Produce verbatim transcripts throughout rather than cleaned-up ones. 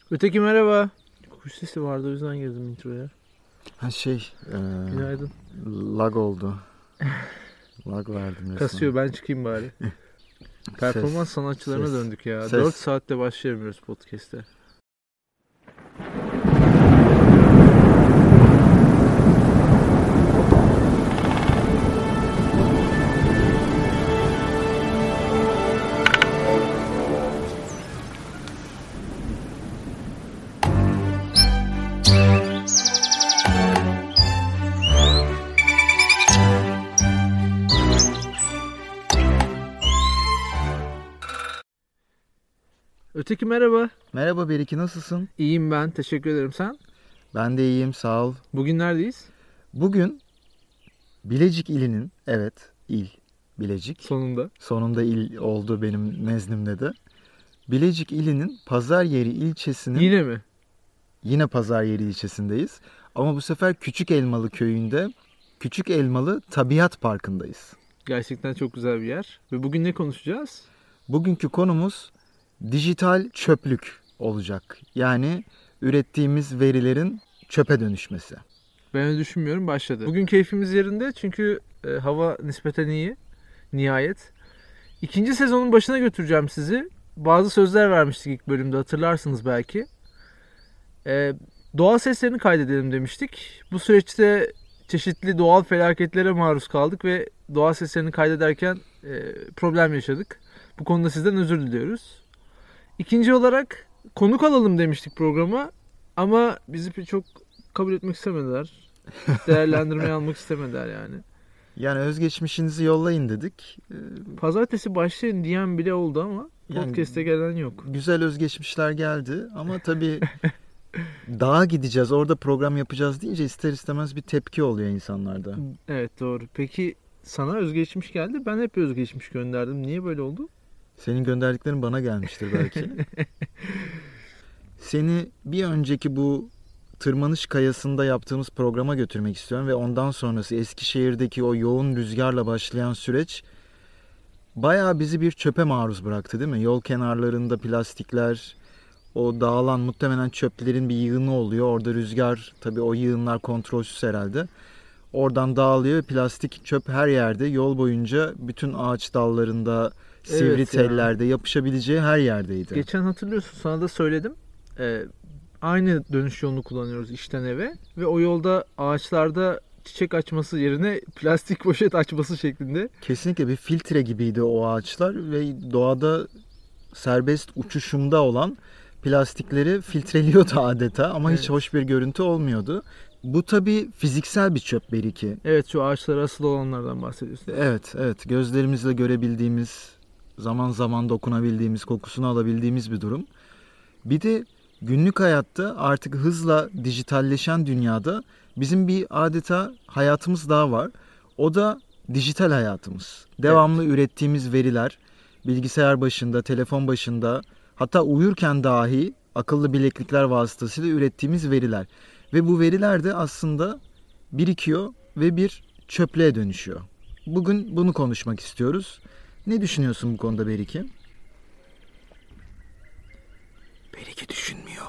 Öteki merhaba. Kuş sesi vardı, o yüzden girdim introya. Ha şey, e, Günaydın. lag oldu. Lag verdim resmen. Kasıyor, ben çıkayım bari. Performans Ses, sanatçılarına ses, döndük ya. ses. dört saatte başlayamıyoruz podcast'e. Öteki merhaba. Merhaba Beriki, nasılsın? İyiyim ben, teşekkür ederim. Sen? Ben de iyiyim, sağ ol. Bugün neredeyiz? Bugün Bilecik ilinin, evet il, Bilecik. Sonunda. Sonunda il oldu benim nezdimde de. Bilecik ilinin Pazaryeri ilçesinin... Yine mi? Yine Pazaryeri ilçesindeyiz. Ama bu sefer Küçük Elmalı köyünde Küçük Elmalı Tabiat Parkı'ndayız. Gerçekten çok güzel bir yer. Ve bugün ne konuşacağız? Bugünkü konumuz dijital çöplük olacak. Yani ürettiğimiz verilerin çöpe dönüşmesi. Ben öyle düşünmüyorum, başladı. Bugün keyfimiz yerinde çünkü e, hava nispeten iyi. Nihayet. İkinci sezonun başına götüreceğim sizi. Bazı sözler vermiştik ilk bölümde, hatırlarsınız belki. Ee, doğa seslerini kaydedelim demiştik. Bu süreçte çeşitli doğal felaketlere maruz kaldık ve doğa seslerini kaydederken e, problem yaşadık. Bu konuda sizden özür diliyoruz. İkinci olarak konuk alalım demiştik programa ama bizi çok kabul etmek istemediler. Değerlendirmeye almak istemediler yani. Yani özgeçmişinizi yollayın dedik. Ee, Pazartesi başlayın diyen bile oldu ama Yani podcast'e gelen yok. Güzel özgeçmişler geldi ama tabii dağa gideceğiz, orada program yapacağız deyince ister istemez bir tepki oluyor insanlarda. Evet, doğru. Peki sana özgeçmiş geldi. Ben hep özgeçmiş gönderdim. Niye böyle oldu? Senin gönderdiklerin bana gelmiştir belki. Seni bir önceki bu tırmanış kayasında yaptığımız programa götürmek istiyorum ve ondan sonrası Eskişehir'deki o yoğun rüzgarla başlayan süreç bayağı bizi bir çöpe maruz bıraktı, değil mi? Yol kenarlarında plastikler, o dağılan muhtemelen çöplerin bir yığını oluyor. Orada rüzgar, tabii o yığınlar kontrolsüz herhalde. Oradan dağılıyor. Plastik çöp her yerde. Yol boyunca bütün ağaç dallarında, sivri Evet ya. tellerde yapışabileceği her yerdeydi. Geçen hatırlıyorsun, sana da söyledim. Ee, aynı dönüş yolunu kullanıyoruz işten eve. Ve o yolda ağaçlarda çiçek açması yerine plastik poşet açması şeklinde. Kesinlikle bir filtre gibiydi o ağaçlar ve doğada serbest uçuşumda olan plastikleri filtreliyordu adeta ama Evet. hiç hoş bir görüntü olmuyordu. Bu tabii fiziksel bir çöp Beriki. Evet, şu ağaçlara asılı olanlardan bahsediyorsun. Evet, evet. Gözlerimizle görebildiğimiz, zaman zaman dokunabildiğimiz, kokusunu alabildiğimiz bir durum. Bir de günlük hayatta artık hızla dijitalleşen dünyada bizim bir adeta hayatımız daha var. O da dijital hayatımız. Devamlı evet. ürettiğimiz veriler, bilgisayar başında, telefon başında, hatta uyurken dahi akıllı bileklikler vasıtasıyla ürettiğimiz veriler. Ve bu veriler de aslında birikiyor ve bir çöplüğe dönüşüyor. Bugün bunu konuşmak istiyoruz. Ne düşünüyorsun bu konuda Beriki? Beriki düşünmüyor.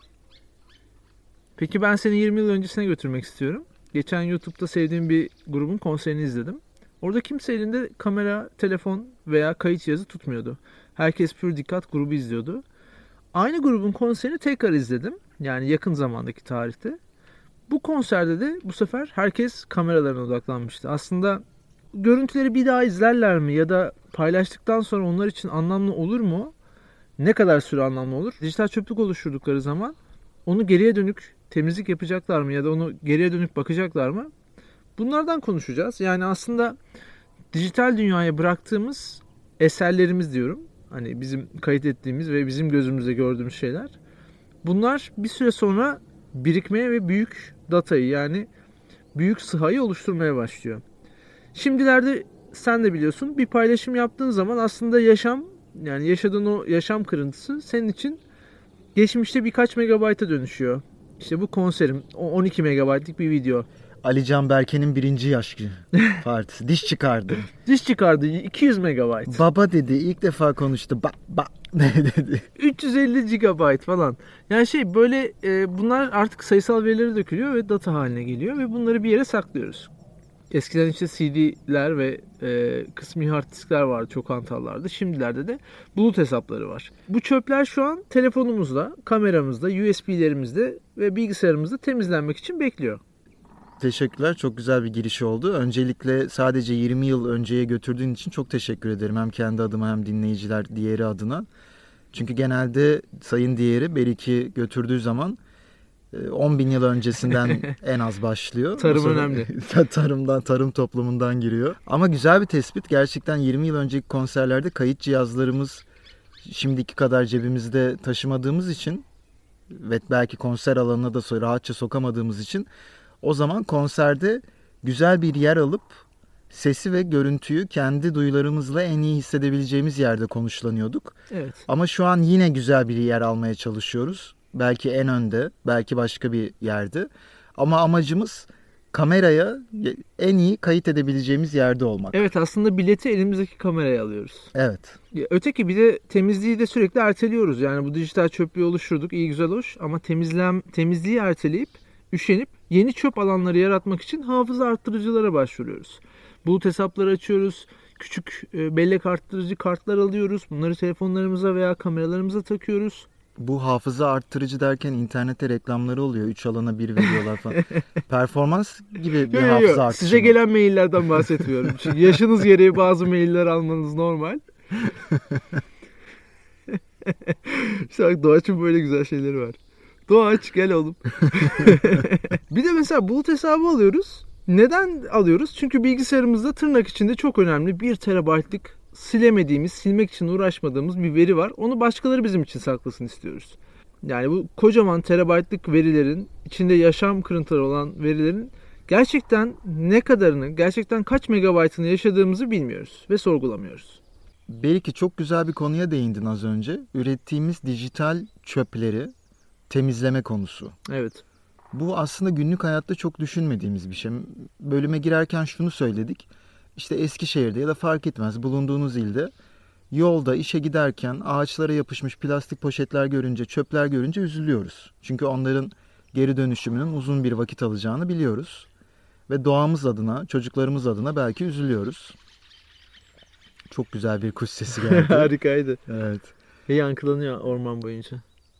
Peki ben seni yirmi yıl öncesine götürmek istiyorum. Geçen YouTube'da sevdiğim bir grubun konserini izledim. Orada kimse elinde kamera, telefon veya kayıt cihazı tutmuyordu. Herkes pür dikkat grubu izliyordu. Aynı grubun konserini tekrar izledim. Yani yakın zamandaki tarihte. Bu konserde de bu sefer herkes kameralarına odaklanmıştı. Aslında görüntüleri bir daha izlerler mi ya da paylaştıktan sonra onlar için anlamlı olur mu? Ne kadar süre anlamlı olur? Dijital çöplük oluşturdukları zaman onu geriye dönük temizlik yapacaklar mı ya da onu geriye dönük bakacaklar mı? Bunlardan konuşacağız. Yani aslında dijital dünyaya bıraktığımız eserlerimiz diyorum. Hani bizim kayıt ettiğimiz ve bizim gözümüzde gördüğümüz şeyler. Bunlar bir süre sonra birikmeye ve büyük datayı, yani büyük sahayı oluşturmaya başlıyor. Şimdilerde sen de biliyorsun, bir paylaşım yaptığın zaman aslında yaşam, yani yaşadığın o yaşam kırıntısı senin için geçmişte birkaç megabayta dönüşüyor. İşte bu konserim on iki megabaytlık bir video. Ali Can Berke'nin birinci yaş günü partisi. Diş çıkardı. Diş çıkardı iki yüz megabayt. Baba dedi, ilk defa konuştu. Ba ba ne dedi. üç yüz elli gigabayt falan. Yani şey böyle e, bunlar artık sayısal verilere dökülüyor ve data haline geliyor ve bunları bir yere saklıyoruz. Eskiden işte C D'ler ve e, kısmi hard diskler vardı, çok hantallardı. Şimdilerde de bulut hesapları var. Bu çöpler şu an telefonumuzda, kameramızda, U S B'lerimizde ve bilgisayarımızda temizlenmek için bekliyor. Teşekkürler. Çok güzel bir giriş oldu. Öncelikle sadece yirmi yıl önceye götürdüğün için çok teşekkür ederim. Hem kendi adıma hem dinleyiciler diğeri adına. Çünkü genelde sayın diğeri Berik'i götürdüğü zaman on bin yıl öncesinden en az başlıyor. Tarım önemli. Tarımdan, tarım toplumundan giriyor. Ama güzel bir tespit. Gerçekten yirmi yıl önceki konserlerde kayıt cihazlarımız şimdiki kadar cebimizde taşımadığımız için ve belki konser alanına da rahatça sokamadığımız için o zaman konserde güzel bir yer alıp sesi ve görüntüyü kendi duyularımızla en iyi hissedebileceğimiz yerde konuşlanıyorduk. Evet. Ama şu an yine güzel bir yer almaya çalışıyoruz. Belki en önde, belki başka bir yerde. Ama amacımız kameraya en iyi kayıt edebileceğimiz yerde olmak. Evet, aslında bileti elimizdeki kameraya alıyoruz. Evet. Öteki bir de temizliği de sürekli erteliyoruz. Yani bu dijital çöplüğü oluşturduk, iyi güzel hoş, ama temizlem temizliği erteleyip üşenip yeni çöp alanları yaratmak için hafıza arttırıcılara başvuruyoruz. Bulut hesapları açıyoruz. Küçük bellek arttırıcı kartlar alıyoruz. Bunları telefonlarımıza veya kameralarımıza takıyoruz. Bu hafıza arttırıcı derken internette reklamları oluyor. Üç alana bir veriyorlar falan. Performans gibi bir yo, yo, hafıza yo. artışı. Size gelen maillerden bahsetmiyorum. Çünkü yaşınız gereği bazı mailler almanız normal. İşte bak, Doğaç'ın böyle güzel şeyleri var. Doğaç gel oğlum. Bir de mesela bulut hesabı alıyoruz. Neden alıyoruz? Çünkü bilgisayarımızda tırnak içinde çok önemli bir terabaytlık silemediğimiz, silmek için uğraşmadığımız bir veri var. Onu başkaları bizim için saklasın istiyoruz. Yani bu kocaman terabaytlık verilerin, içinde yaşam kırıntıları olan verilerin gerçekten ne kadarını, gerçekten kaç megabaytını yaşadığımızı bilmiyoruz ve sorgulamıyoruz. Belki çok güzel bir konuya değindin az önce. Ürettiğimiz dijital çöpleri temizleme konusu. Evet. Bu aslında günlük hayatta çok düşünmediğimiz bir şey. Bölüme girerken şunu söyledik. İşte Eskişehir'de ya da fark etmez bulunduğunuz ilde yolda işe giderken ağaçlara yapışmış plastik poşetler görünce, çöpler görünce üzülüyoruz. Çünkü onların geri dönüşümünün uzun bir vakit alacağını biliyoruz. Ve doğamız adına, çocuklarımız adına belki üzülüyoruz. Çok güzel bir kuş sesi geldi. Harikaydı. Evet. Ve yankılanıyor orman boyunca.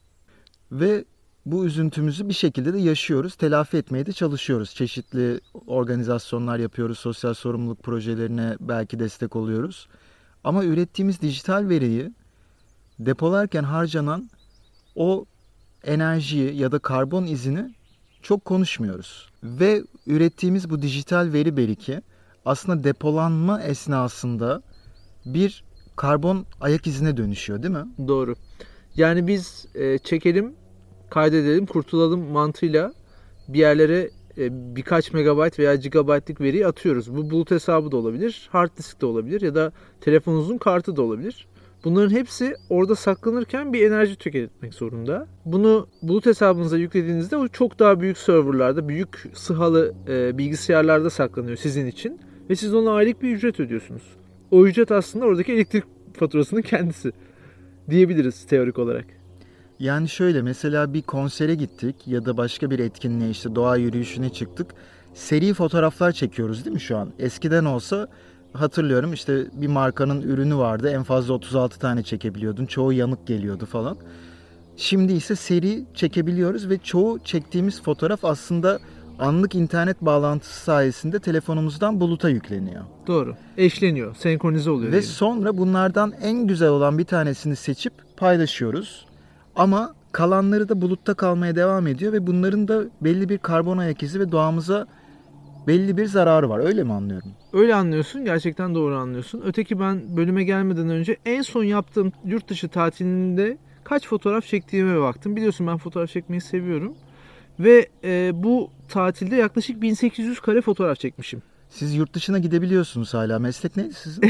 Ve bu üzüntümüzü bir şekilde de yaşıyoruz. Telafi etmeye de çalışıyoruz. Çeşitli organizasyonlar yapıyoruz. Sosyal sorumluluk projelerine belki destek oluyoruz. Ama ürettiğimiz dijital veriyi depolarken harcanan o enerjiyi ya da karbon izini çok konuşmuyoruz. Ve ürettiğimiz bu dijital veri beriki aslında depolanma esnasında bir karbon ayak izine dönüşüyor, değil mi? Doğru. Yani biz e, çekelim, kaydedelim, kurtulalım mantığıyla bir yerlere e, birkaç megabayt veya gigabaytlık veriyi atıyoruz. Bu bulut hesabı da olabilir, hard disk de olabilir ya da telefonunuzun kartı da olabilir. Bunların hepsi orada saklanırken bir enerji tüketmek zorunda. Bunu bulut hesabınıza yüklediğinizde o çok daha büyük serverlarda, büyük SİHA'lı e, bilgisayarlarda saklanıyor sizin için. Ve siz ona aylık bir ücret ödüyorsunuz. O ücret aslında oradaki elektrik faturasının kendisi diyebiliriz teorik olarak. Yani şöyle, mesela bir konsere gittik ya da başka bir etkinliğe, işte doğa yürüyüşüne çıktık. Seri fotoğraflar çekiyoruz değil mi şu an? Eskiden olsa hatırlıyorum, işte bir markanın ürünü vardı, en fazla otuz altı tane çekebiliyordun. Çoğu yanık geliyordu falan. Şimdi ise seri çekebiliyoruz ve çoğu çektiğimiz fotoğraf aslında anlık internet bağlantısı sayesinde telefonumuzdan buluta yükleniyor. Doğru. Eşleniyor, senkronize oluyor. Ve diyelim. sonra bunlardan en güzel olan bir tanesini seçip paylaşıyoruz. Ama kalanları da bulutta kalmaya devam ediyor ve bunların da belli bir karbon ayak izi ve doğamıza belli bir zararı var. Öyle mi anlıyorum? Öyle anlıyorsun. Gerçekten doğru anlıyorsun. Öteki, ben bölüme gelmeden önce en son yaptığım yurt dışı tatilinde kaç fotoğraf çektiğime baktım. Biliyorsun ben fotoğraf çekmeyi seviyorum. Ve e, bu tatilde yaklaşık bin sekiz yüz kare fotoğraf çekmişim. Siz yurt dışına gidebiliyorsunuz hala. Meslek neydi sizin?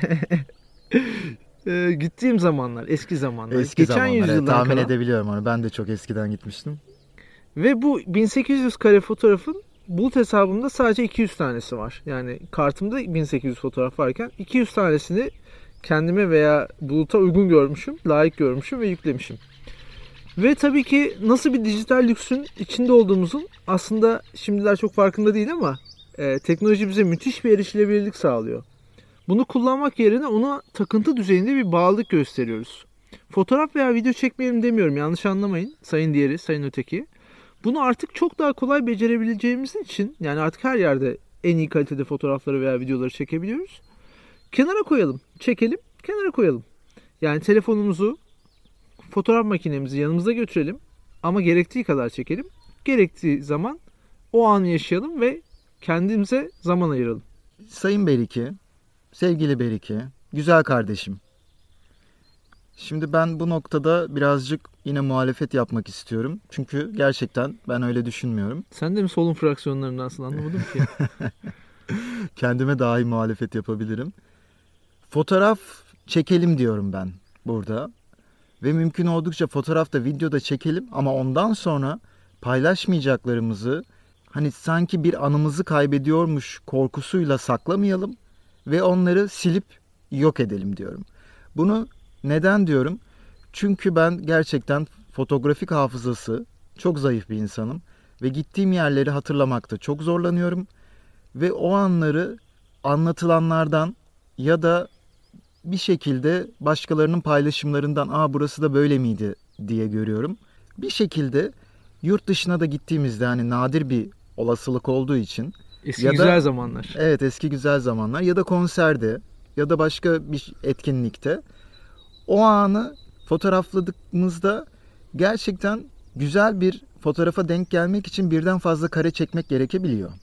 e, gittiğim zamanlar, eski zamanlar. Eski Geçen zamanlar. Evet, yüzyıldan tahmin kalan. edebiliyorum onu. Ben de çok eskiden gitmiştim. Ve bu bin sekiz yüz kare fotoğrafın bulut hesabımda sadece iki yüz tanesi var. Yani kartımda bin sekiz yüz fotoğraf varken iki yüz tanesini kendime veya buluta uygun görmüşüm, layık görmüşüm ve yüklemişim. Ve tabii ki nasıl bir dijital lüksün içinde olduğumuzun aslında şimdiler çok farkında değil ama e, teknoloji bize müthiş bir erişilebilirlik sağlıyor. Bunu kullanmak yerine ona takıntı düzeyinde bir bağlılık gösteriyoruz. Fotoğraf veya video çekmeyelim demiyorum, yanlış anlamayın sayın diğeri, sayın öteki. Bunu artık çok daha kolay becerebileceğimiz için, yani artık her yerde en iyi kalitede fotoğrafları veya videoları çekebiliyoruz. Kenara koyalım, çekelim, kenara koyalım. Yani telefonumuzu, fotoğraf makinemizi yanımıza götürelim ama gerektiği kadar çekelim. Gerektiği zaman o anı yaşayalım ve kendimize zaman ayıralım. Sayın Beriki, sevgili Beriki, güzel kardeşim. Şimdi ben bu noktada birazcık yine muhalefet yapmak istiyorum. Çünkü gerçekten ben öyle düşünmüyorum. Sen de mi solun fraksiyonlarındansın, anlamadım ki. Kendime dahi muhalefet yapabilirim. Fotoğraf çekelim diyorum ben burada. Ve mümkün oldukça fotoğrafta, videoda çekelim ama ondan sonra paylaşmayacaklarımızı hani sanki bir anımızı kaybediyormuş korkusuyla saklamayalım ve onları silip yok edelim diyorum. Bunu neden diyorum? Çünkü ben gerçekten fotoğrafik hafızası çok zayıf bir insanım ve gittiğim yerleri hatırlamakta çok zorlanıyorum ve o anları anlatılanlardan ya da bir şekilde başkalarının paylaşımlarından "Aa, burası da böyle miydi?" diye görüyorum. Bir şekilde yurt dışına da gittiğimizde, hani nadir bir olasılık olduğu için Eski ya güzel da, zamanlar. Evet, eski güzel zamanlar ya da konserde ya da başka bir etkinlikte o anı fotoğrafladığımızda gerçekten güzel bir fotoğrafa denk gelmek için birden fazla kare çekmek gerekebiliyor.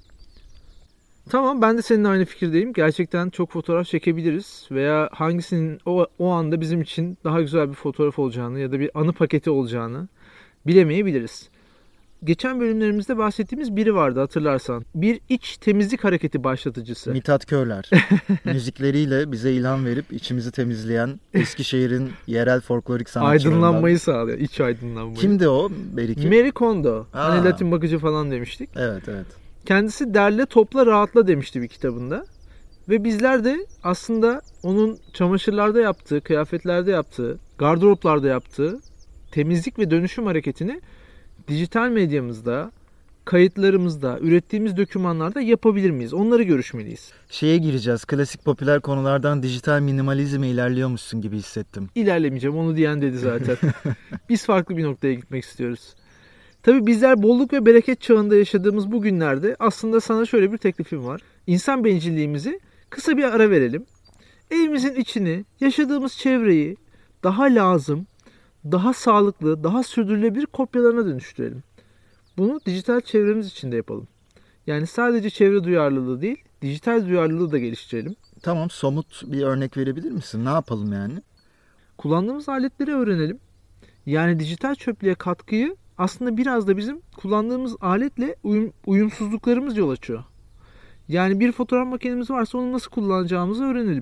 Tamam, ben de seninle aynı fikirdeyim. Gerçekten çok fotoğraf çekebiliriz veya hangisinin o, o anda bizim için daha güzel bir fotoğraf olacağını ya da bir anı paketi olacağını bilemeyebiliriz. Geçen bölümlerimizde bahsettiğimiz biri vardı, hatırlarsan. Bir iç temizlik hareketi başlatıcısı. Mithat Körler. Müzikleriyle bize ilham verip içimizi temizleyen Eskişehir'in yerel folklorik sanatçılarından. Aydınlanmayı sağlıyor. İç aydınlanmayı. Kimdi o Beriki? Marie Kondo. Aa. Hani Latin bakıcı falan demiştik. Evet, evet. Kendisi derle topla rahatla demişti bir kitabında. Ve bizler de aslında onun çamaşırlarda yaptığı, kıyafetlerde yaptığı, gardıroplarda yaptığı temizlik ve dönüşüm hareketini dijital medyamızda, kayıtlarımızda, ürettiğimiz dokümanlarda yapabilir miyiz? Onları görüşmeliyiz. Şeye gireceğiz. Klasik popüler konulardan dijital minimalizme ilerliyormuşsun gibi hissettim. İlerlemeyeceğim. Onu diyen dedi zaten. Biz farklı bir noktaya gitmek istiyoruz. Tabii bizler bolluk ve bereket çağında yaşadığımız bu günlerde aslında sana şöyle bir teklifim var. İnsan bencilliğimizi kısa bir ara verelim. Evimizin içini, yaşadığımız çevreyi daha lazım, daha sağlıklı, daha sürdürülebilir kopyalarına dönüştürelim. Bunu dijital çevremiz içinde yapalım. Yani sadece çevre duyarlılığı değil, dijital duyarlılığı da geliştirelim. Tamam, somut bir örnek verebilir misin? Ne yapalım yani? Kullandığımız aletleri öğrenelim. Yani dijital çöplüğe katkıyı aslında biraz da bizim kullandığımız aletle uyum, uyumsuzluklarımız yol açıyor. Yani bir fotoğraf makinemiz varsa onu nasıl kullanacağımızı öğrenelim.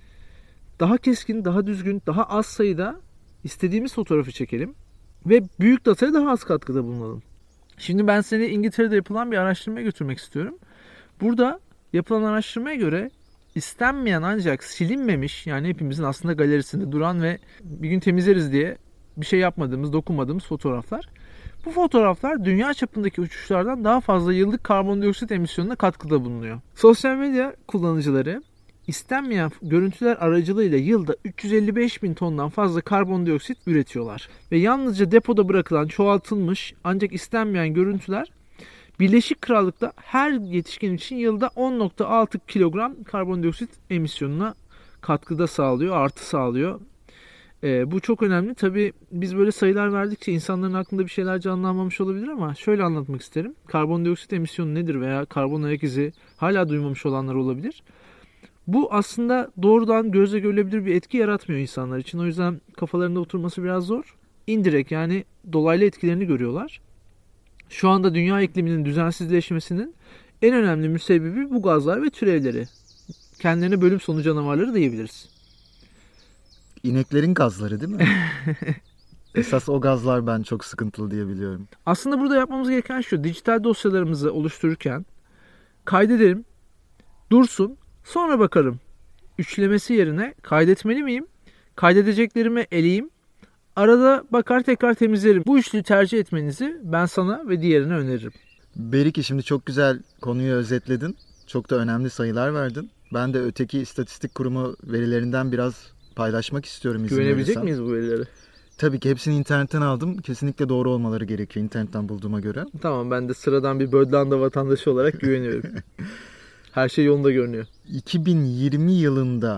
Daha keskin, daha düzgün, daha az sayıda istediğimiz fotoğrafı çekelim ve büyük dataya daha az katkıda bulunalım. Şimdi ben seni İngiltere'de yapılan bir araştırmaya götürmek istiyorum. Burada yapılan araştırmaya göre istenmeyen ancak silinmemiş, yani hepimizin aslında galerisinde duran ve bir gün temizleriz diye bir şey yapmadığımız, dokunmadığımız fotoğraflar. Bu fotoğraflar dünya çapındaki uçuşlardan daha fazla yıllık karbondioksit emisyonuna katkıda bulunuyor. Sosyal medya kullanıcıları istenmeyen görüntüler aracılığıyla yılda üç yüz elli beş bin tondan fazla karbondioksit üretiyorlar. Ve yalnızca depoda bırakılan çoğaltılmış ancak istenmeyen görüntüler Birleşik Krallık'ta her yetişkin için yılda on nokta altı kilogram karbondioksit emisyonuna katkıda sağlıyor, artı sağlıyor. Ee, bu çok önemli. Tabii biz böyle sayılar verdikçe insanların aklında bir şeyler canlanmamış olabilir ama şöyle anlatmak isterim. Karbondioksit emisyonu nedir veya karbon ayak izi hala duymamış olanlar olabilir. Bu aslında doğrudan gözle görülebilir bir etki yaratmıyor insanlar için. O yüzden kafalarında oturması biraz zor. İndirekt, yani dolaylı etkilerini görüyorlar. Şu anda dünya ikliminin düzensizleşmesinin en önemli müsebbibi bu gazlar ve türevleri. Kendilerine bölüm sonu canavarları diyebiliriz. İneklerin gazları değil mi? Esas o gazlar ben çok sıkıntılı diye biliyorum. Aslında burada yapmamız gereken şu: dijital dosyalarımızı oluştururken Kaydedelim. Dursun. Sonra bakarım. Üçlemesi yerine kaydetmeli miyim? Kaydedeceklerimi eleyeyim. Arada bakar tekrar temizlerim. Bu üçlüyü tercih etmenizi ben sana ve diğerine öneririm. Beriki, şimdi çok güzel konuyu özetledin. Çok da önemli sayılar verdin. Ben de öteki istatistik kurumu verilerinden biraz paylaşmak istiyorum izin Güvenebilecek verirsen. miyiz bu verilere? Tabii ki hepsini internetten aldım. Kesinlikle doğru olmaları gerekiyor internetten bulduğuma göre. Tamam, ben de sıradan bir Bödlanda vatandaşı olarak güveniyorum. Her şey yolunda görünüyor. iki bin yirmi yılında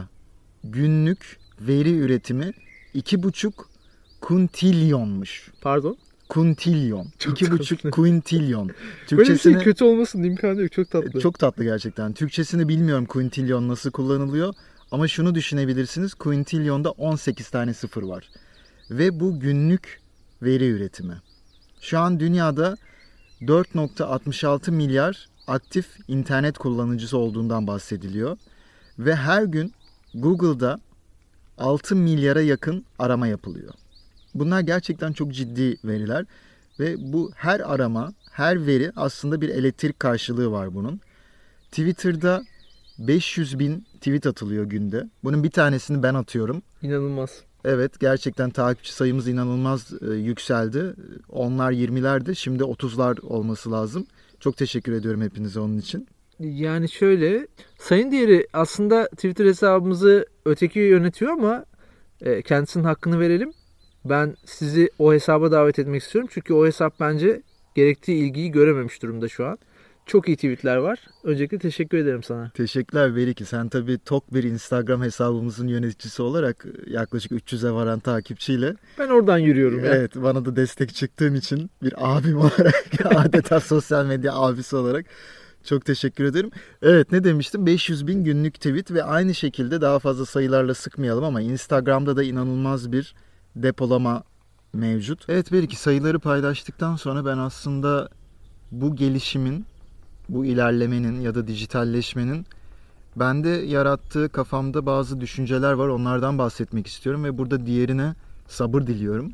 günlük veri üretimi iki buçuk kuntilyonmuş. Pardon? Kuntilyon. Çok iki buçuk tatlı. kuintilyon. Böyle bir şey kötü olmasının imkanı yok. Çok tatlı. Çok tatlı gerçekten. Türkçesini bilmiyorum kuintilyon nasıl kullanılıyor. Ama şunu düşünebilirsiniz. Kuintilyonda on sekiz tane sıfır var. Ve bu günlük veri üretimi. Şu an dünyada dört nokta altmış altı milyar aktif internet kullanıcısı olduğundan bahsediliyor. Ve her gün Google'da altı milyara yakın arama yapılıyor. Bunlar gerçekten çok ciddi veriler. Ve bu her arama, her veri aslında bir elektrik karşılığı var bunun. Twitter'da beş yüz bin tweet atılıyor günde. Bunun bir tanesini ben atıyorum. İnanılmaz. Evet, gerçekten takipçi sayımız inanılmaz e, yükseldi. Onlar yirmilerdi, şimdi otuzlar olması lazım. Çok teşekkür ediyorum hepinize onun için. Yani şöyle, sayın diğeri aslında Twitter hesabımızı öteki yönetiyor ama e, kendisinin hakkını verelim. Ben sizi o hesaba davet etmek istiyorum. Çünkü o hesap bence gerektiği ilgiyi görememiş durumda şu an. Çok iyi tweetler var. Öncelikle teşekkür ederim sana. Teşekkürler Beriki. Sen tabii tok bir Instagram hesabımızın yöneticisi olarak yaklaşık üç yüze varan takipçiyle. Ben oradan yürüyorum ya. Evet, bana da destek çıktığın için bir abim olarak, adeta sosyal medya abisi olarak çok teşekkür ederim. Evet, ne demiştim? beş yüz bin günlük tweet ve aynı şekilde daha fazla sayılarla sıkmayalım ama Instagram'da da inanılmaz bir depolama mevcut. Evet, belki sayıları paylaştıktan sonra ben aslında bu gelişimin, bu ilerlemenin ya da dijitalleşmenin bende yarattığı kafamda bazı düşünceler var. Onlardan bahsetmek istiyorum ve burada diğerine sabır diliyorum.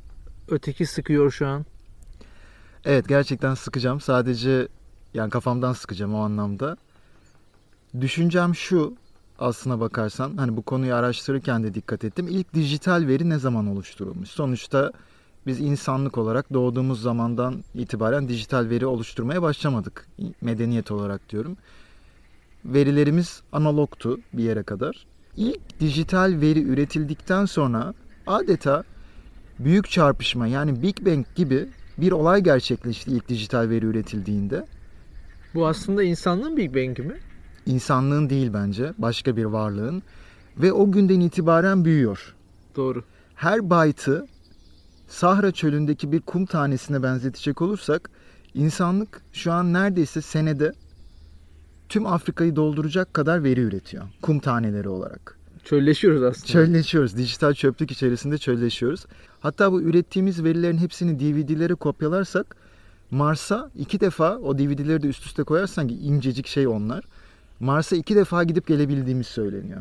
Öteki sıkıyor şu an. Evet, gerçekten sıkacağım. Sadece yani kafamdan sıkacağım o anlamda. Düşüncem şu, aslına bakarsan hani bu konuyu araştırırken de dikkat ettim. İlk dijital veri ne zaman oluşturulmuş? Sonuçta biz insanlık olarak doğduğumuz zamandan itibaren dijital veri oluşturmaya başlamadık. Medeniyet olarak diyorum. Verilerimiz analogtu bir yere kadar. İlk dijital veri üretildikten sonra adeta büyük çarpışma, yani Big Bang gibi bir olay gerçekleşti ilk dijital veri üretildiğinde. Bu aslında insanlığın Big Bang'i mi? İnsanlığın değil bence, başka bir varlığın. Ve o günden itibaren büyüyor. Doğru. Her byte'ı Sahra çölündeki bir kum tanesine benzetecek olursak, insanlık şu an neredeyse senede tüm Afrika'yı dolduracak kadar veri üretiyor. Kum taneleri olarak. Çölleşiyoruz aslında. Çölleşiyoruz. Dijital çöplük içerisinde çölleşiyoruz. Hatta bu ürettiğimiz verilerin hepsini D V D'lere kopyalarsak Mars'a iki defa, o D V D'leri de üst üste koyarsan ki incecik şey onlar, Mars'a iki defa gidip gelebildiğimiz söyleniyor.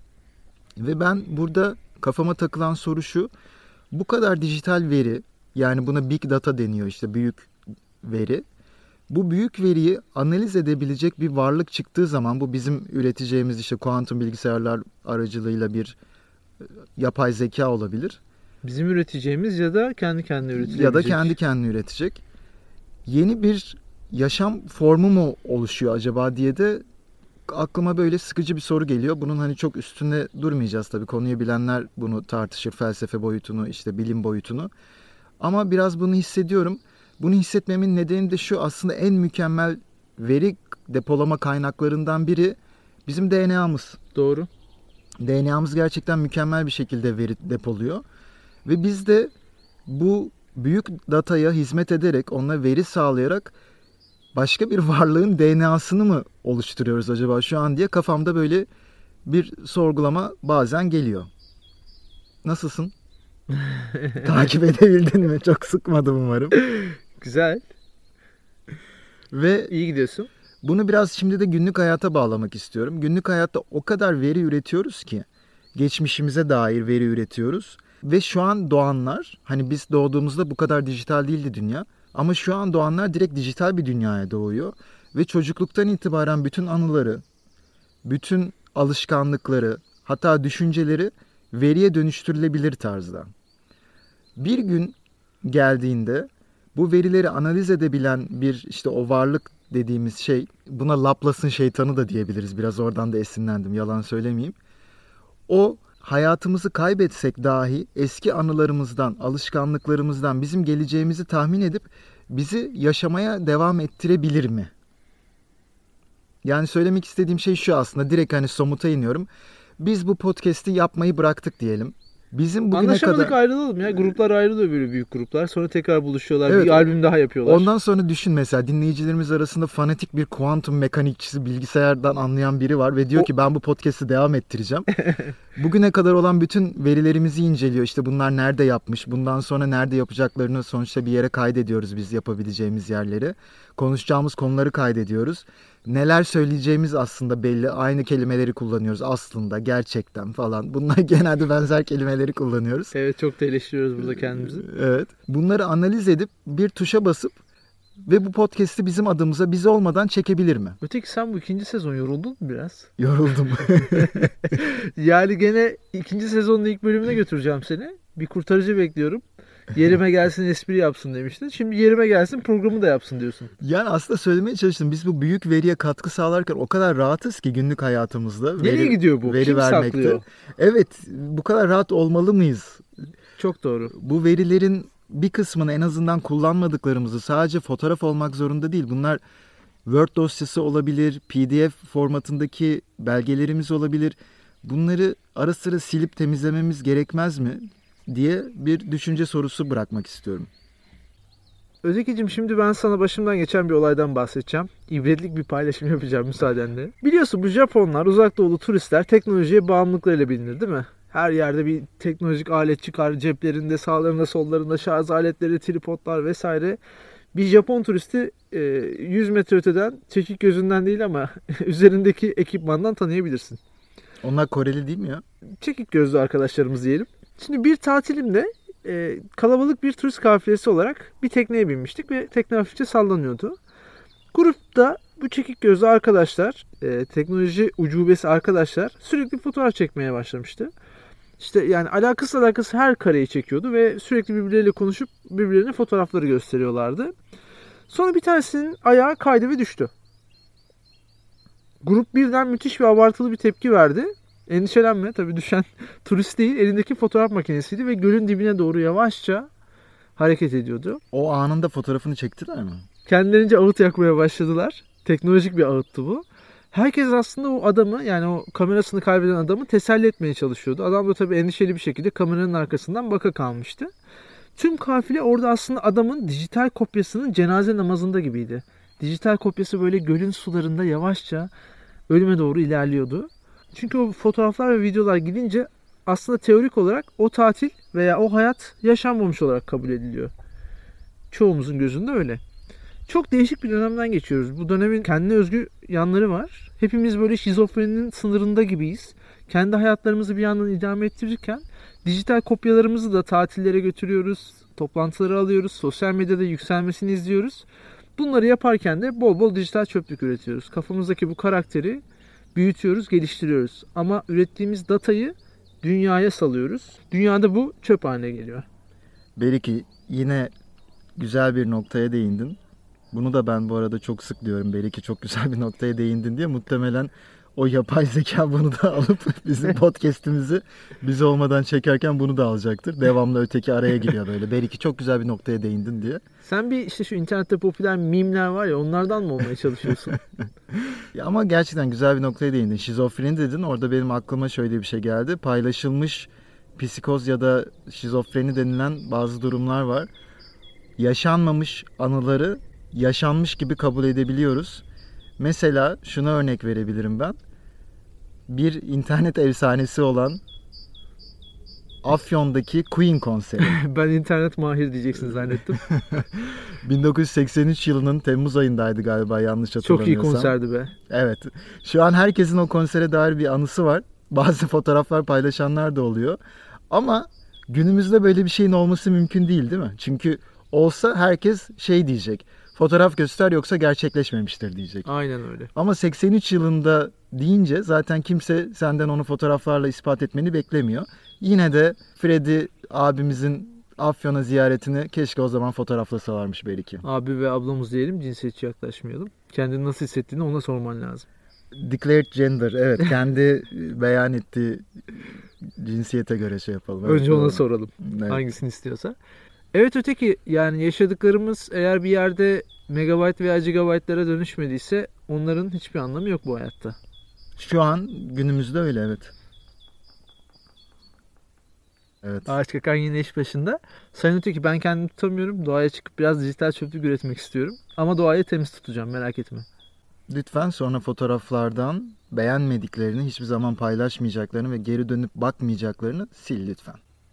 Ve ben burada kafama takılan soru şu: bu kadar dijital veri, yani buna big data deniyor, işte büyük veri. Bu büyük veriyi analiz edebilecek bir varlık çıktığı zaman, bu bizim üreteceğimiz işte kuantum bilgisayarlar aracılığıyla bir yapay zeka olabilir. Bizim üreteceğimiz ya da kendi kendine üretilebilecek. Ya da kendi kendine üretecek. Yeni bir yaşam formu mu oluşuyor acaba diye de aklıma böyle sıkıcı bir soru geliyor. Bunun hani çok üstünde durmayacağız tabii. Konuyu bilenler bunu tartışır. Felsefe boyutunu, işte bilim boyutunu. Ama biraz bunu hissediyorum. Bunu hissetmemin nedeni de şu: aslında en mükemmel veri depolama kaynaklarından biri bizim D N A'mız. Doğru. D N A'mız gerçekten mükemmel bir şekilde veri depoluyor. Ve biz de bu büyük dataya hizmet ederek, ona veri sağlayarak başka bir varlığın D N A'sını mı oluşturuyoruz acaba şu an diye kafamda böyle bir sorgulama bazen geliyor. Nasılsın? Takip edebildin mi? Çok sıkmadım umarım. Güzel. Ve iyi gidiyorsun. Bunu biraz şimdi de günlük hayata bağlamak istiyorum. Günlük hayatta o kadar veri üretiyoruz ki, geçmişimize dair veri üretiyoruz. Ve şu an doğanlar, hani biz doğduğumuzda bu kadar dijital değildi dünya, ama şu an doğanlar direkt dijital bir dünyaya doğuyor. ve çocukluktan itibaren bütün anıları, bütün alışkanlıkları, hatta düşünceleri veriye dönüştürülebilir tarzda. Bir gün geldiğinde bu verileri analiz edebilen bir işte o varlık dediğimiz şey, buna Laplace'ın şeytanı da diyebiliriz. Biraz oradan da esinlendim, yalan söylemeyeyim. O hayatımızı kaybetsek dahi eski anılarımızdan, alışkanlıklarımızdan bizim geleceğimizi tahmin edip bizi yaşamaya devam ettirebilir mi? Yani söylemek istediğim şey şu aslında, direkt hani somuta iniyorum. Biz bu podcast'i yapmayı bıraktık diyelim. Bizim bugüne Anlaşamadık, kadar... ayrılalım ya. Gruplar ayrılıyor, böyle büyük gruplar. Sonra tekrar buluşuyorlar. Evet, bir albüm daha yapıyorlar. Ondan sonra düşün mesela, dinleyicilerimiz arasında fanatik bir kuantum mekanikçisi, bilgisayardan anlayan biri var ve diyor o... ki ben bu podcast'i devam ettireceğim. Bugüne kadar olan bütün verilerimizi inceliyor. İşte bunlar nerede yapmış, bundan sonra nerede yapacaklarını sonuçta bir yere kaydediyoruz biz, yapabileceğimiz yerleri. Konuşacağımız konuları kaydediyoruz. Neler söyleyeceğimiz aslında belli. Aynı kelimeleri kullanıyoruz aslında, gerçekten falan. Bunlar genelde benzer kelimeleri kullanıyoruz. Evet, çok da eleştiriyoruz burada kendimizi. Evet. Bunları analiz edip bir tuşa basıp ve bu podcast'i bizim adımıza, biz olmadan çekebilir mi? Öteki sen bu ikinci sezon yoruldun mu biraz? Yoruldum. Yani gene ikinci sezonun ilk bölümüne götüreceğim seni. Bir kurtarıcı bekliyorum. Yerime gelsin espri yapsın demiştin. Şimdi yerime gelsin programı da yapsın diyorsun. Yani aslında söylemeye çalıştım. Biz bu büyük veriye katkı sağlarken o kadar rahatız ki günlük hayatımızda. Nereye veri, gidiyor bu? Veri Kim vermekte. saklıyor? Evet, bu kadar rahat olmalı mıyız? Çok doğru. Bu verilerin bir kısmını en azından kullanmadıklarımızı, sadece fotoğraf olmak zorunda değil. Bunlar Word dosyası olabilir, P D F formatındaki belgelerimiz olabilir. Bunları ara sıra silip temizlememiz gerekmez mi diye bir düşünce sorusu bırakmak istiyorum. Özekiciğim, şimdi ben sana başımdan geçen bir olaydan bahsedeceğim. İbretlik bir paylaşım yapacağım müsaadenle. Biliyorsun bu Japonlar, uzak doğulu turistler teknolojiye bağımlılıklarıyla bilinir değil mi? Her yerde bir teknolojik alet çıkar, ceplerinde, sağlarında, sollarında şarj aletleri, tripodlar vesaire. Bir Japon turisti yüz metre öteden, çekik gözünden değil ama üzerindeki ekipmandan tanıyabilirsin. Onlar Koreli değil mi ya? Çekik gözlü arkadaşlarımız diyelim. Şimdi bir tatilimde e, kalabalık bir turist kafilesi olarak bir tekneye binmiştik ve tekne hafifçe sallanıyordu. Grupta bu çekik gözlü arkadaşlar, e, teknoloji ucubesi arkadaşlar sürekli fotoğraf çekmeye başlamıştı. İşte yani alakası alakası her kareyi çekiyordu ve sürekli birbirleriyle konuşup birbirlerine fotoğrafları gösteriyorlardı. Sonra bir tanesinin ayağı kaydı ve düştü. Grup birden müthiş bir abartılı bir tepki verdi. Endişelenme, tabii düşen turist değil, elindeki fotoğraf makinesiydi ve gölün dibine doğru yavaşça hareket ediyordu. O anında fotoğrafını çektiler mi? Kendilerince ağıt yakmaya başladılar. Teknolojik bir ağıttı bu. Herkes aslında o adamı, yani o kamerasını kaybeden adamı teselli etmeye çalışıyordu. Adam da tabii endişeli bir şekilde kameranın arkasından baka kalmıştı. Tüm kafile orada aslında adamın dijital kopyasının cenaze namazında gibiydi. Dijital kopyası böyle gölün sularında yavaşça ölüme doğru ilerliyordu. Çünkü o fotoğraflar ve videolar gidince aslında teorik olarak o tatil veya o hayat yaşanmamış olarak kabul ediliyor. Çoğumuzun gözünde öyle. Çok değişik bir dönemden geçiyoruz. Bu dönemin kendine özgü yanları var. Hepimiz böyle şizofreninin sınırında gibiyiz. Kendi hayatlarımızı bir yandan idame ettirirken dijital kopyalarımızı da tatillere götürüyoruz. Toplantıları alıyoruz. Sosyal medyada yükselmesini izliyoruz. Bunları yaparken de bol bol dijital çöplük üretiyoruz. Kafamızdaki bu karakteri büyütüyoruz, geliştiriyoruz. Ama ürettiğimiz datayı dünyaya salıyoruz. Dünyada bu çöp haline geliyor. Belki yine güzel bir noktaya değindin. Bunu da ben bu arada çok sık diyorum. Belki çok güzel bir noktaya değindin diye. Muhtemelen o yapay zeka bunu da alıp bizim podcast'imizi biz olmadan çekerken bunu da alacaktır. Devamlı öteki araya giriyor böyle. Belki çok güzel bir noktaya değindin diye. Sen bir işte şu internette popüler mimler var ya, onlardan mı olmaya çalışıyorsun? Ya ama gerçekten güzel bir noktaya değindin. Şizofreni dedin. Orada benim aklıma şöyle bir şey geldi. Paylaşılmış psikoz ya da şizofreni denilen bazı durumlar var. Yaşanmamış anıları yaşanmış gibi kabul edebiliyoruz. Mesela şuna örnek verebilirim ben. Bir internet efsanesi olan Afyon'daki Queen konseri. Ben internet mahir diyeceksin zannettim. bin dokuz yüz seksen üç yılının Temmuz ayındaydı galiba, yanlış hatırlamıyorsam. Çok iyi konserdi be. Evet. Şu an herkesin o konsere dair bir anısı var. Bazı fotoğraflar paylaşanlar da oluyor. Ama günümüzde böyle bir şeyin olması mümkün değil, değil mi? Çünkü olsa herkes şey diyecek. Fotoğraf göster yoksa gerçekleşmemiştir diyecek. Aynen öyle. Ama seksen üç yılında deyince zaten kimse senden onu fotoğraflarla ispat etmeni beklemiyor. Yine de Freddy abimizin Afyon'a ziyaretini keşke o zaman fotoğraflasalarmış belki. Abi ve ablamız diyelim, cinsiyetçi yaklaşmayalım. Kendini nasıl hissettiğini ona sorman lazım. Declared gender, evet, kendi beyan ettiği cinsiyete göre şey yapalım. Evet, Önce ona doğru. soralım. Evet. Hangisini istiyorsa. Evet, öteki yani yaşadıklarımız eğer bir yerde megabayt veya gigabaytlara dönüşmediyse onların hiçbir anlamı yok bu hayatta. Şu an günümüzde öyle, evet. Evet. Ağaç kakan yine iş başında. Sayın öteki, ben kendimi tutamıyorum. Doğaya çıkıp biraz dijital çöplük üretmek istiyorum. Ama doğayı temiz tutacağım, merak etme. Lütfen sonra fotoğraflardan beğenmediklerini, hiçbir zaman paylaşmayacaklarını ve geri dönüp bakmayacaklarını sil lütfen.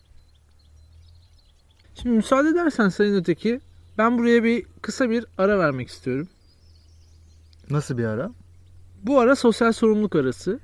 Şimdi müsaade edersen Sayın öteki, ben buraya bir kısa bir ara vermek istiyorum. Nasıl bir ara? Bu ara sosyal sorumluluk arası.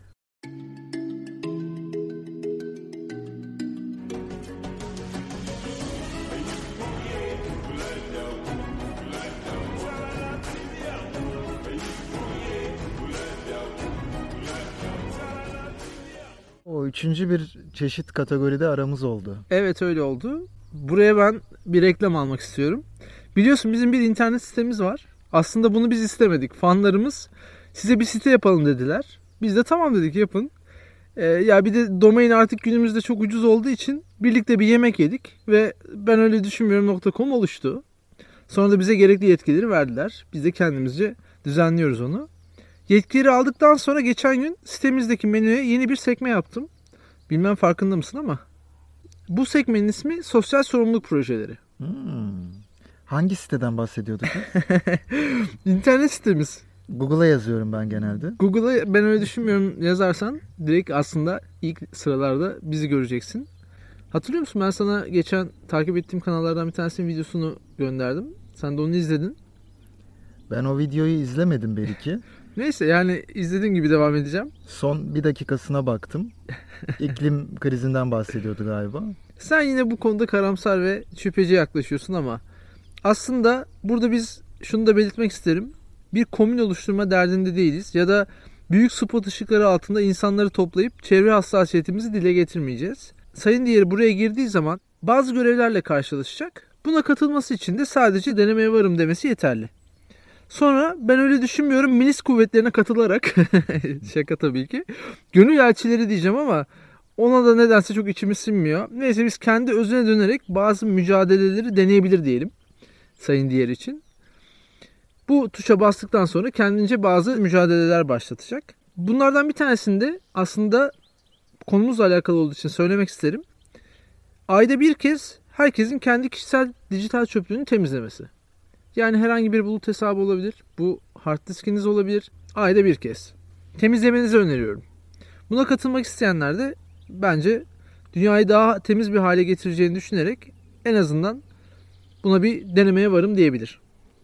O üçüncü bir çeşit kategoride aramız oldu. Evet, öyle oldu. Buraya ben bir reklam almak istiyorum. Biliyorsun bizim bir internet sitemiz var. Aslında bunu biz istemedik. Fanlarımız size bir site yapalım dediler. Biz de tamam dedik, yapın. Ee, ya bir de domain artık günümüzde çok ucuz olduğu için birlikte bir yemek yedik ve ben öyle düşünmüyorum nokta com oluştu. Sonra da bize gerekli yetkileri verdiler. Biz de kendimizce düzenliyoruz onu. Yetkileri aldıktan sonra geçen gün sitemizdeki menüye yeni bir sekme yaptım. Bilmem farkında mısın ama. Bu sekmenin ismi Sosyal Sorumluluk Projeleri. Hmm. Hangi siteden bahsediyorduk? İnternet sitemiz. Google'a yazıyorum ben genelde. Google'a ben öyle düşünmüyorum yazarsan direkt aslında ilk sıralarda bizi göreceksin. Hatırlıyor musun, ben sana geçen takip ettiğim kanallardan bir tanesinin videosunu gönderdim. Sen de onu izledin. Ben o videoyu izlemedim belki. Neyse, yani izlediğim gibi devam edeceğim. Son bir dakikasına baktım. İklim krizinden bahsediyordu galiba. Sen yine bu konuda karamsar ve şüpheci yaklaşıyorsun ama aslında burada biz şunu da belirtmek isterim. Bir komün oluşturma derdinde değiliz ya da büyük spot ışıkları altında insanları toplayıp çevre hassasiyetimizi dile getirmeyeceğiz. Sayın Diğeri buraya girdiği zaman bazı görevlerle karşılaşacak. Buna katılması için de sadece denemeye varım demesi yeterli. Sonra ben öyle düşünmüyorum, milis kuvvetlerine katılarak şaka tabii ki gönül elçileri diyeceğim ama ona da nedense çok içimiz sinmiyor. Neyse, biz kendi özüne dönerek bazı mücadeleleri deneyebilir diyelim Sayın Diğer için. Bu tuşa bastıktan sonra kendince bazı mücadeleler başlatacak. Bunlardan bir tanesinde aslında konumuzla alakalı olduğu için söylemek isterim. Ayda bir kez herkesin kendi kişisel dijital çöplüğünü temizlemesi. Yani herhangi bir bulut hesabı olabilir. Bu hard diskiniz olabilir. Ayda bir kez. Temizlemenizi öneriyorum. Buna katılmak isteyenler de bence dünyayı daha temiz bir hale getireceğini düşünerek en azından buna bir denemeye varım diyebilir.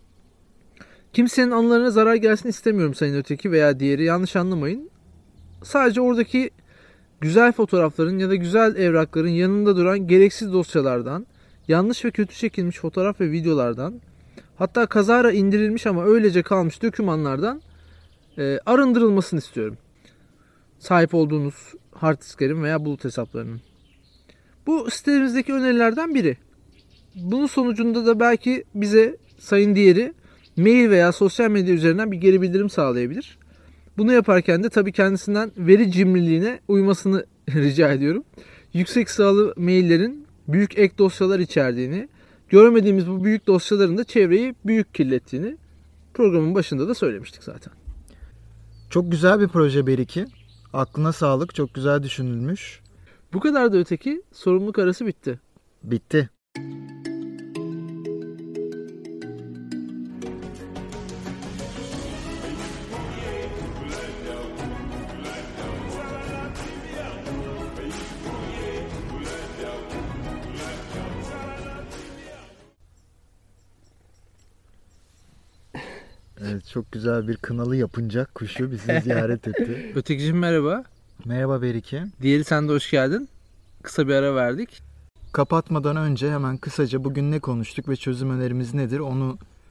Kimsenin anılarına zarar gelsin istemiyorum Sayın Öteki veya diğeri, yanlış anlamayın. Sadece oradaki güzel fotoğrafların ya da güzel evrakların yanında duran gereksiz dosyalardan, yanlış ve kötü çekilmiş fotoğraf ve videolardan, hatta kazara indirilmiş ama öylece kalmış dokümanlardan e, arındırılmasını istiyorum. Sahip olduğunuz hard disklerin veya bulut hesaplarının. Bu sitemizdeki önerilerden biri. Bunun sonucunda da belki bize Sayın Diğeri mail veya sosyal medya üzerinden bir geri bildirim sağlayabilir. Bunu yaparken de tabii kendisinden veri cimriliğine uymasını rica ediyorum. Yüksek sığalı maillerin büyük ek dosyalar içerdiğini, görmediğimiz bu büyük dosyaların da çevreyi büyük kirlettiğini programın başında da söylemiştik zaten. Çok güzel bir proje Beriki. Aklına sağlık. Çok güzel düşünülmüş. Bu kadar da öteki sorumluluk arası bitti. Bitti. Evet, çok güzel bir kınalı yapıncak kuşu bizi ziyaret etti. Ötekiciğim merhaba. Merhaba Beriki. Diğeri, sen de hoş geldin. Kısa bir ara verdik. Kapatmadan önce hemen kısaca bugün ne konuştuk ve çözüm önerimiz nedir onu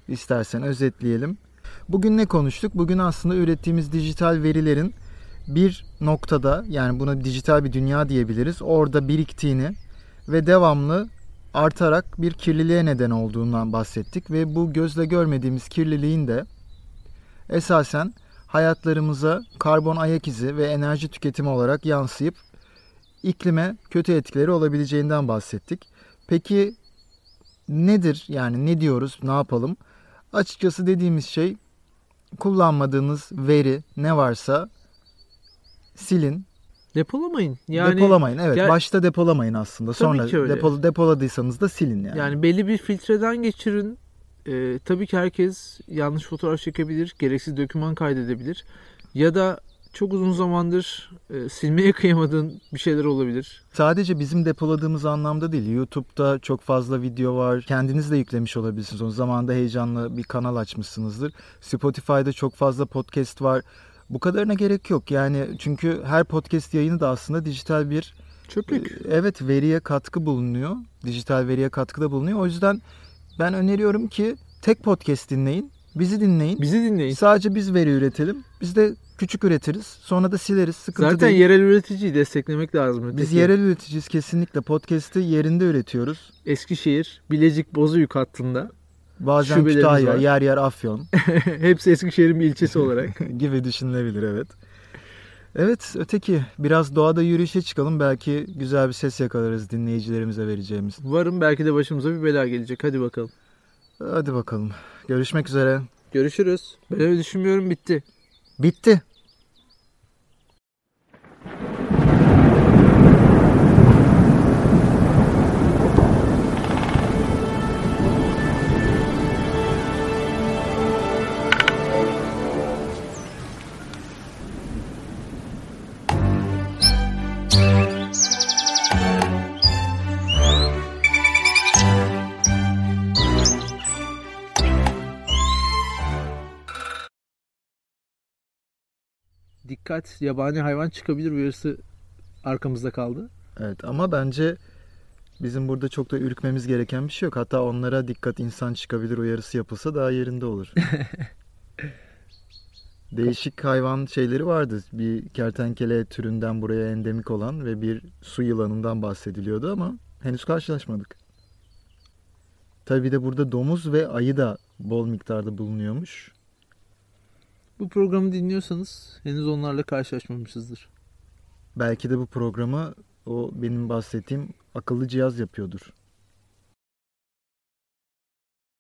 İstersen özetleyelim. Bugün ne konuştuk? Bugün aslında ürettiğimiz dijital verilerin bir noktada, yani buna dijital bir dünya diyebiliriz, orada biriktiğini ve devamlı artarak bir kirliliğe neden olduğundan bahsettik. Ve bu gözle görmediğimiz kirliliğin de esasen hayatlarımıza karbon ayak izi ve enerji tüketimi olarak yansıyıp iklime kötü etkileri olabileceğinden bahsettik. Peki nedir? Yani ne diyoruz? Ne yapalım? Açıkçası dediğimiz şey, kullanmadığınız veri ne varsa silin. Depolamayın. Yani Depolamayın. Evet, ger- başta depolamayın aslında. Tabii Sonra ki öyle. depo, depoladıysanız da silin yani. Yani belli bir filtreden geçirin. Ee, tabii ki herkes yanlış fotoğraf çekebilir, gereksiz doküman kaydedebilir. Ya da çok uzun zamandır e, silmeye kıyamadığın bir şeyler olabilir. Sadece bizim depoladığımız anlamda değil. YouTube'da çok fazla video var. Kendiniz de yüklemiş olabilirsiniz. O zamanında heyecanla bir kanal açmışsınızdır. Spotify'da çok fazla podcast var. Bu kadarına gerek yok. Yani çünkü her podcast yayını da aslında dijital bir Çöplük. evet veriye katkı bulunuyor. Dijital veriye katkıda bulunuyor. O yüzden ben öneriyorum ki tek podcast dinleyin. Bizi dinleyin. Bizi dinleyin. Sadece biz veri üretelim. Biz de küçük üretiriz. Sonra da sileriz. Sıkıntı Zaten değil. yerel üreticiyi desteklemek lazım. Biz Öteki. yerel üreticiyiz kesinlikle. Podcast'ı yerinde üretiyoruz. Eskişehir, Bilecik, Bozüyük hattında. Bazen Şubelerimiz Kütahya, var. yer yer Afyon Hepsi Eskişehir'in bir ilçesi olarak. gibi düşünülebilir, evet. Evet, öteki biraz doğada yürüyüşe çıkalım. Belki güzel bir ses yakalarız dinleyicilerimize vereceğimiz. Varım, belki de başımıza bir bela gelecek. Hadi bakalım. Hadi bakalım. Görüşmek üzere. Görüşürüz. Ben öyle düşünmüyorum, bitti. Bitti. Dikkat, yabani hayvan çıkabilir uyarısı arkamızda kaldı. Evet, ama bence bizim burada çok da ürkmemiz gereken bir şey yok. Hatta onlara dikkat, insan çıkabilir uyarısı yapılsa daha yerinde olur. Değişik hayvan şeyleri vardı. Bir kertenkele türünden buraya endemik olan ve bir su yılanından bahsediliyordu ama henüz karşılaşmadık. Tabii de burada domuz ve ayı da bol miktarda bulunuyormuş. Bu programı dinliyorsanız henüz onlarla karşılaşmamışızdır. Belki de bu programı o benim bahsettiğim akıllı cihaz yapıyordur.